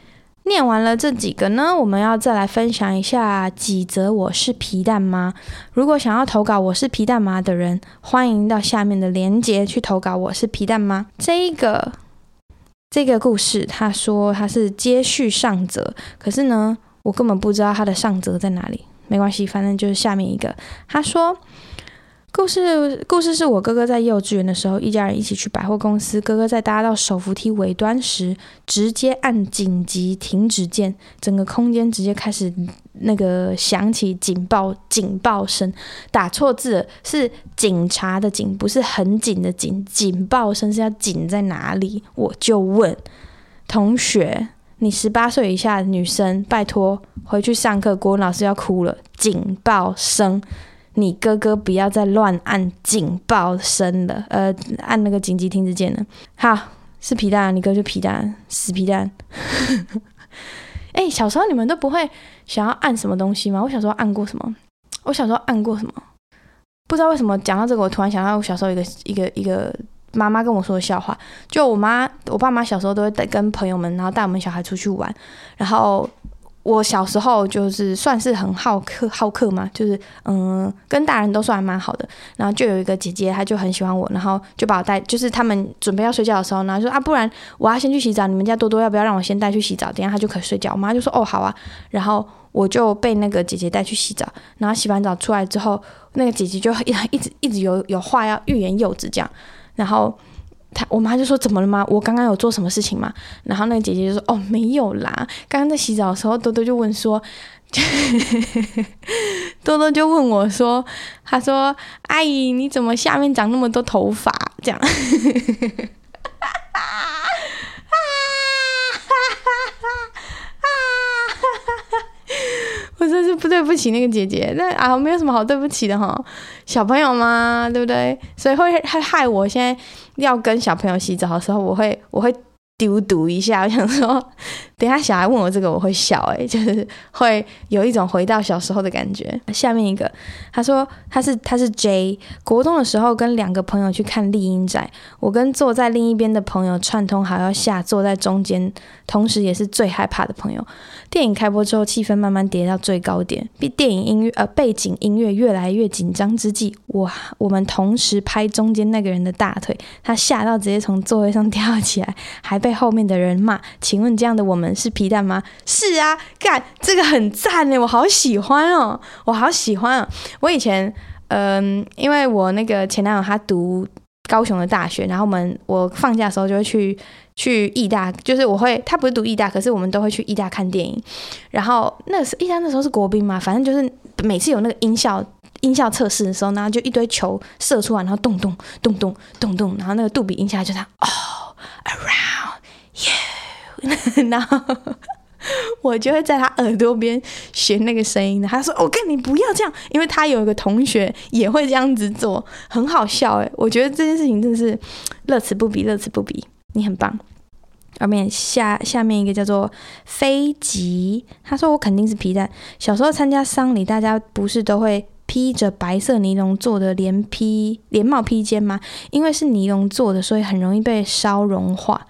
念完了这几个呢，我们要再来分享一下几则我是皮蛋妈。如果想要投稿我是皮蛋妈的人，欢迎到下面的连结去投稿我是皮蛋妈。这一个这个故事他说他是接续上则，可是呢我根本不知道他的上则在哪里，没关系，反正就是下面一个。他说故事故事是我哥哥在幼稚园的时候，一家人一起去百货公司，哥哥在搭到手扶梯尾端时直接按紧急停止键，整个空间直接开始那个响起警报警报声，打错字了，是警察的警，不是很紧的紧，警报声是要紧在哪里？我就问同学，你十八岁以下的女生，拜托回去上课，国文老师要哭了，警报声。你哥哥不要再乱按警报声了，呃，按那个紧急停止键了。好，是皮蛋，你哥就皮蛋，死皮蛋。哎、欸，小时候你们都不会想要按什么东西吗？我小时候按过什么？我小时候按过什么？不知道为什么讲到这个，我突然想到我小时候一个一个一个妈妈跟我说的笑话。就我妈，我爸妈小时候都会带跟朋友们，然后带我们小孩出去玩，然后。我小时候就是算是很好客好客嘛，就是嗯跟大人都算还蛮好的，然后就有一个姐姐她就很喜欢我，然后就把我带，就是他们准备要睡觉的时候，然后就说啊不然我要先去洗澡，你们家多多要不要让我先带去洗澡，等一下她就可以睡觉。我妈就说哦好啊，然后我就被那个姐姐带去洗澡，然后洗完澡出来之后，那个姐姐就一直一直有有话要欲言又止这样，然后他我妈就说怎么了吗？我刚刚有做什么事情吗？然后那个姐姐就说哦没有啦，刚刚在洗澡的时候，多多就问说，多多就问我说，他说阿姨你怎么下面长那么多头发？这样。我真是不对不起那个姐姐，那啊没有什么好对不起的哈，小朋友嘛，对不对？所以会害我现在要跟小朋友洗澡的时候，我会我会丢毒一下，我想说，等一下小孩问我这个我会笑、欸，哎，就是会有一种回到小时候的感觉。下面一个，他说他是他是 J， 国中的时候跟两个朋友去看丽英仔，我跟坐在另一边的朋友串通好要下坐在中间，同时也是最害怕的朋友。电影开播之后，气氛慢慢跌到最高点，电影音乐呃背景音乐越来越紧张之际，我我们同时拍中间那个人的大腿，他吓到直接从座位上跳起来，还被后面的人骂。请问这样的我们是皮蛋吗？是啊，干这个很赞耶，我好喜欢哦，我好喜欢哦。我以前嗯、呃，因为我那个前男友他读高雄的大学，然后我们我放假的时候就会去去义大，就是我会他不是读义大，可是我们都会去义大看电影。然后那时义大那时候是国宾嘛，反正就是每次有那个音效音效测试的时候，然后就一堆球射出来，然后咚咚咚咚咚咚，然后那个杜比音效就它哦 around you， 然后我就会在他耳朵边学那个声音的。他说：“我、哦、跟你不要这样，因为他有一个同学也会这样子做，很好笑哎！我觉得这件事情真的是乐此不疲，乐此不疲。你很棒。”后面下下面一个叫做飞吉，他说：“我肯定是皮蛋。小时候参加丧礼，大家不是都会披着白色尼龙做的连披连帽披肩吗？因为是尼龙做的，所以很容易被烧融化。”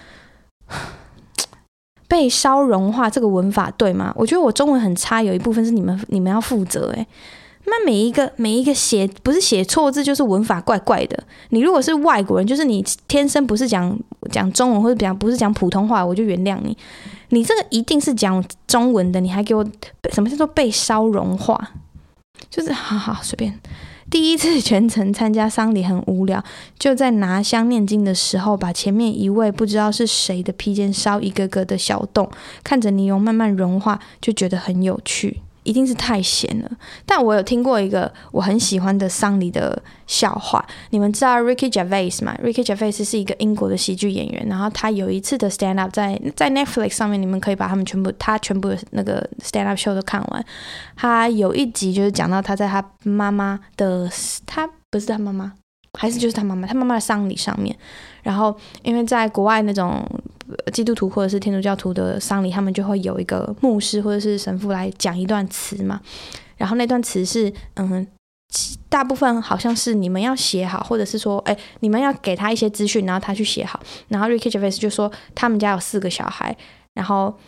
被烧融化这个文法对吗？我觉得我中文很差，有一部分是你们你们要负责哎。那每一个每一个写不是写错字就是文法怪怪的。你如果是外国人，就是你天生不是讲讲中文或者讲不是讲普通话，我就原谅你。你这个一定是讲中文的，你还给我什么叫做被烧融化？就是好好随便。第一次全程参加丧礼很无聊，就在拿香念经的时候，把前面一位不知道是谁的披肩烧一个个的小洞，看着尼龙慢慢融化，就觉得很有趣。一定是太闲了。但我有听过一个我很喜欢的丧礼的笑话，你们知道 Ricky Gervais 吗？ Ricky Gervais 是一个英国的喜剧演员，然后他有一次的 stand up 在在 Netflix 上面，你们可以把他们全部他全部的那个 stand up show 都看完。他有一集就是讲到他在他妈妈的，他不是他妈妈，还是就是他妈妈，他妈妈的丧礼上面，然后因为在国外那种基督徒或者是天主教徒的丧礼，他们就会有一个牧师或者是神父来讲一段词嘛，然后那段词是嗯，大部分好像是你们要写好，或者是说哎，你们要给他一些资讯，然后他去写好。然后 Ricky Gervais 就说他们家有四个小孩，然后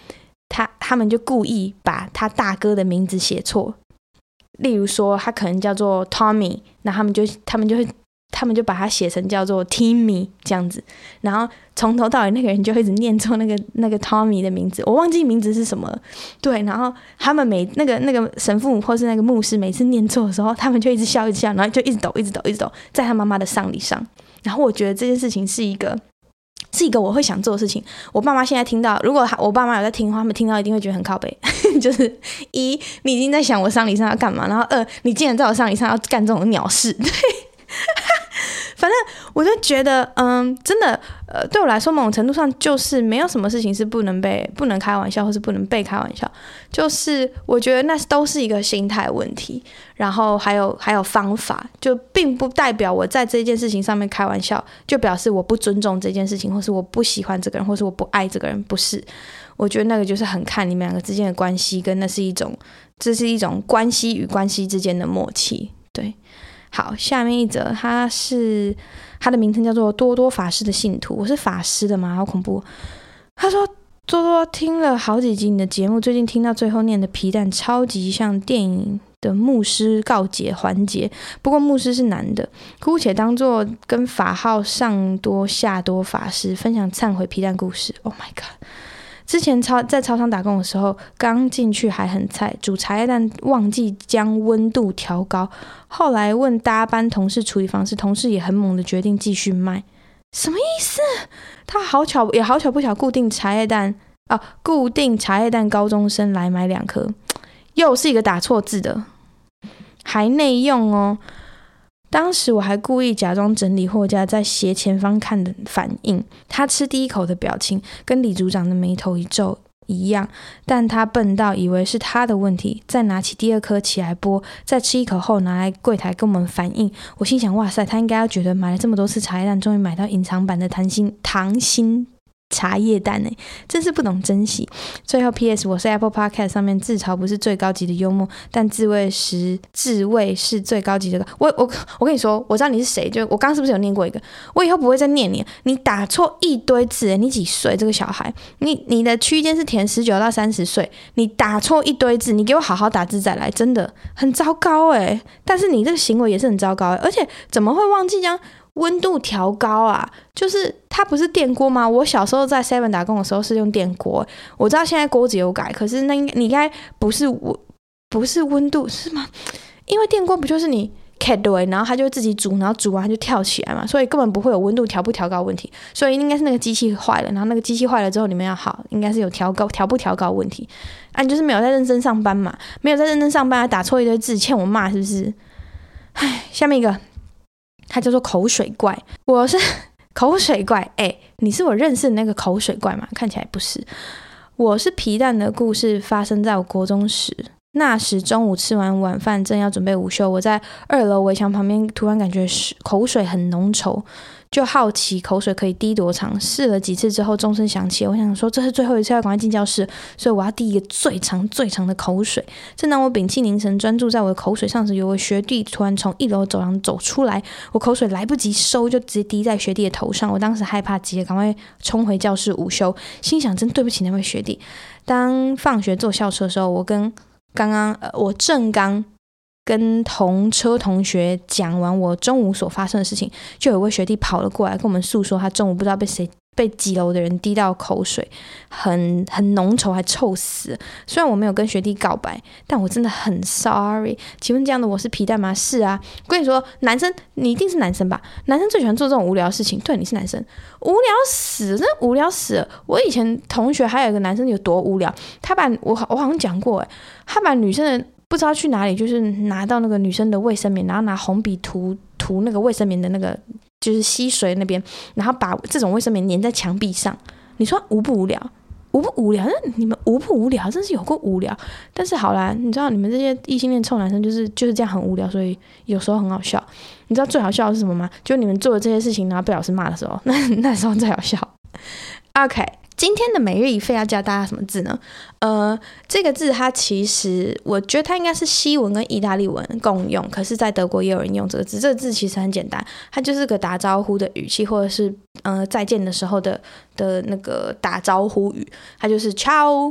他他们就故意把他大哥的名字写错，例如说他可能叫做 Tommy， 那他们就他们就会他们就把它写成叫做 Timmy 这样子，然后从头到尾那个人就会一直念错那个那个 Tommy 的名字，我忘记名字是什么了。对，然后他们每那个那个神父或是那个牧师每次念错的时候，他们就一直笑一直笑，然后就一直抖一直抖一直抖，在他妈妈的丧礼上。然后我觉得这件事情是一个是一个我会想做的事情。我爸妈现在听到，如果我爸妈有在听的话，他们听到一定会觉得很靠北。就是一，你已经在想我丧礼上要干嘛，然后二，你竟然在我丧礼上要干这种鸟事。对。反正我就觉得，嗯，真的，呃，对我来说，某种程度上就是没有什么事情是不能被、不能开玩笑，或是不能被开玩笑。就是我觉得那都是一个心态问题，然后还有还有方法，就并不代表我在这件事情上面开玩笑，就表示我不尊重这件事情，或是我不喜欢这个人，或是我不爱这个人，不是。我觉得那个就是很看你们两个之间的关系，跟那是一种，这是一种关系与关系之间的默契，对。好，下面一则，他是他的名称叫做多多法师的信徒。我是法师的吗？好恐怖。他说多多听了好几集你的节目，最近听到最后念的皮蛋超级像电影的牧师告解环节，不过牧师是男的，姑且当作跟法号上多下多法师分享忏悔皮蛋故事。 Oh my god，之前超在超商打工的时候，刚进去还很菜，煮茶叶蛋忘记将温度调高，后来问搭班同事处理方式，同事也很猛的决定继续卖。什么意思？他好巧也好巧不巧固定茶叶蛋啊，固定茶叶蛋高中生来买两颗，又是一个打错字的，还内用哦。当时我还故意假装整理货架，在斜前方看的反应。他吃第一口的表情跟李组长的眉头一皱一样，但他笨到以为是他的问题，再拿起第二颗起来剥，在吃一口后拿来柜台跟我们反应。我心想，哇塞，他应该要觉得买了这么多次茶叶蛋，终于买到隐藏版的糖心糖心茶叶蛋耶，真是不懂珍惜。最后 P S 我是 Apple Podcast 上面自嘲不是最高级的幽默，但自慰时自慰是最高级的。我我我跟你说，我知道你是谁，就我刚刚是不是有念过一个？我以后不会再念你，你打错一堆字，你几岁？这个小孩，你你的区间是填十九到三十岁，你打错一堆字，你给我好好打字再来，真的很糟糕哎。但是你这个行为也是很糟糕，而且怎么会忘记将温度调高啊？就是它不是电锅吗？我小时候在 seven 打工的时候是用电锅，我知道现在锅子有改，可是那应该你应该不是不是温度是吗？因为电锅不就是你 cat 对，然后它就会自己煮，然后煮完它就跳起来嘛，所以根本不会有温度调不调高问题，所以应该是那个机器坏了，然后那个机器坏了之后你们要好，应该是有调高调不调高问题啊，你就是没有在认真上班嘛，没有在认真上班，打错一堆字，欠我骂是不是？唉，下面一个。他叫做口水怪，我是口水怪，哎、欸，你是我认识的那个口水怪吗？看起来不是。我是皮蛋的故事发生在我国中时，那时中午吃完晚饭，正要准备午休，我在二楼围墙旁边，突然感觉口水很浓稠，就好奇口水可以滴多长，试了几次之后，钟声响起，我想说这是最后一次，要赶快进教室，所以我要滴一个最长最长的口水。正当我屏气凝神专注在我的口水上时，有位学弟突然从一楼走廊走出来，我口水来不及收，就直接滴在学弟的头上。我当时害怕极了，赶快冲回教室午休，心想真对不起那位学弟。当放学坐校车的时候，我跟刚刚、呃、我正刚跟同车同学讲完我中午所发生的事情，就有位学弟跑了过来跟我们诉说，他中午不知道被谁被几楼的人滴到口水，很很浓稠，还臭死了。虽然我没有跟学弟告白，但我真的很 sorry。请问这样的我是皮蛋吗？是啊，我跟你说，男生你一定是男生吧？男生最喜欢做这种无聊的事情。对，你是男生，无聊死了，真的无聊死了。我以前同学还有一个男生有多无聊，他把我我好像讲过，哎，他把女生的。不知道去哪里，就是拿到那个女生的卫生棉，然后拿红笔涂涂那个卫生棉的那个就是吸水那边，然后把这种卫生棉粘在墙壁上。你说无不无聊？无不无聊？那你们无不无聊？真是有够无聊。但是好啦，你知道你们这些异性恋臭男生就是就是这样很无聊，所以有时候很好笑。你知道最好笑的是什么吗？就你们做的这些事情，然后被老师骂的时候，那那时候最好笑。OK。今天的每日一废要教大家什么字呢？呃，这个字它其实我觉得它应该是西文跟意大利文共用，可是在德国也有人用这个字。这个字其实很简单，它就是个打招呼的语气，或者是呃再见的时候的的那个打招呼语，它就是 ciao。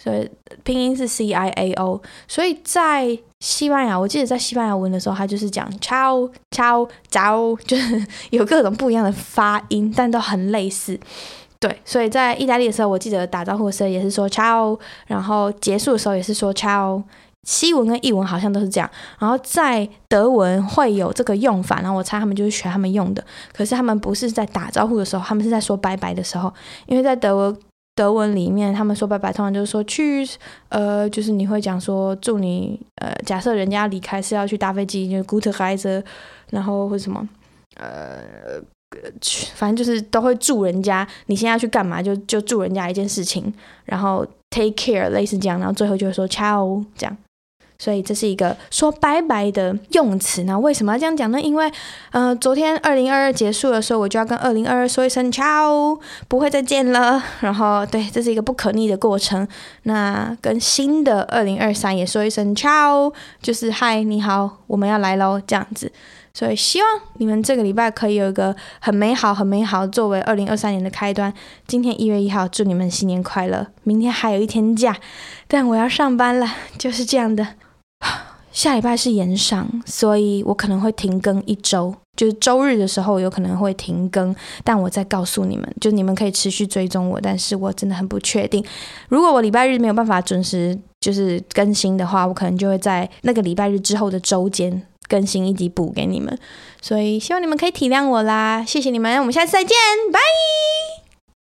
所以拼音是 C I A O。 所以在西班牙，我记得在西班牙文的时候，它就是讲 ciao ciao ciao， 就是有各种不一样的发音，但都很类似。对，所以在意大利的时候，我记得打招呼的时候也是说 ciao， 然后结束的时候也是说 ciao。西文跟意文好像都是这样，然后在德文会有这个用法，然后我猜他们就是学他们用的，可是他们不是在打招呼的时候，他们是在说拜拜的时候，因为在德文德文里面，他们说拜拜通常就是说去，呃，就是你会讲说祝你，呃，假设人家离开是要去搭飞机，就是 Gute Reise， 然后或者什么，呃。反正就是都会祝人家，你现在要去干嘛就就祝人家一件事情，然后 take care 类似这样，然后最后就会说 ciao 这样。所以这是一个说拜拜的用词。那为什么要这样讲呢？因为呃，昨天二零二二结束的时候，我就要跟二零二二说一声 ciao， 不会再见了。然后对，这是一个不可逆的过程。那跟新的二零二三也说一声 ciao， 就是嗨你好，我们要来咯这样子。所以希望你们这个礼拜可以有一个很美好很美好作为二零二三年的开端。今天一月一号，祝你们新年快乐。明天还有一天假，但我要上班了，就是这样的。下礼拜是延上，所以我可能会停更一周，就是周日的时候有可能会停更，但我再告诉你们，就你们可以持续追踪我，但是我真的很不确定。如果我礼拜日没有办法准时就是更新的话，我可能就会在那个礼拜日之后的周间更新一集补给你们，所以希望你们可以体谅我啦，谢谢你们，我们下次再见，拜。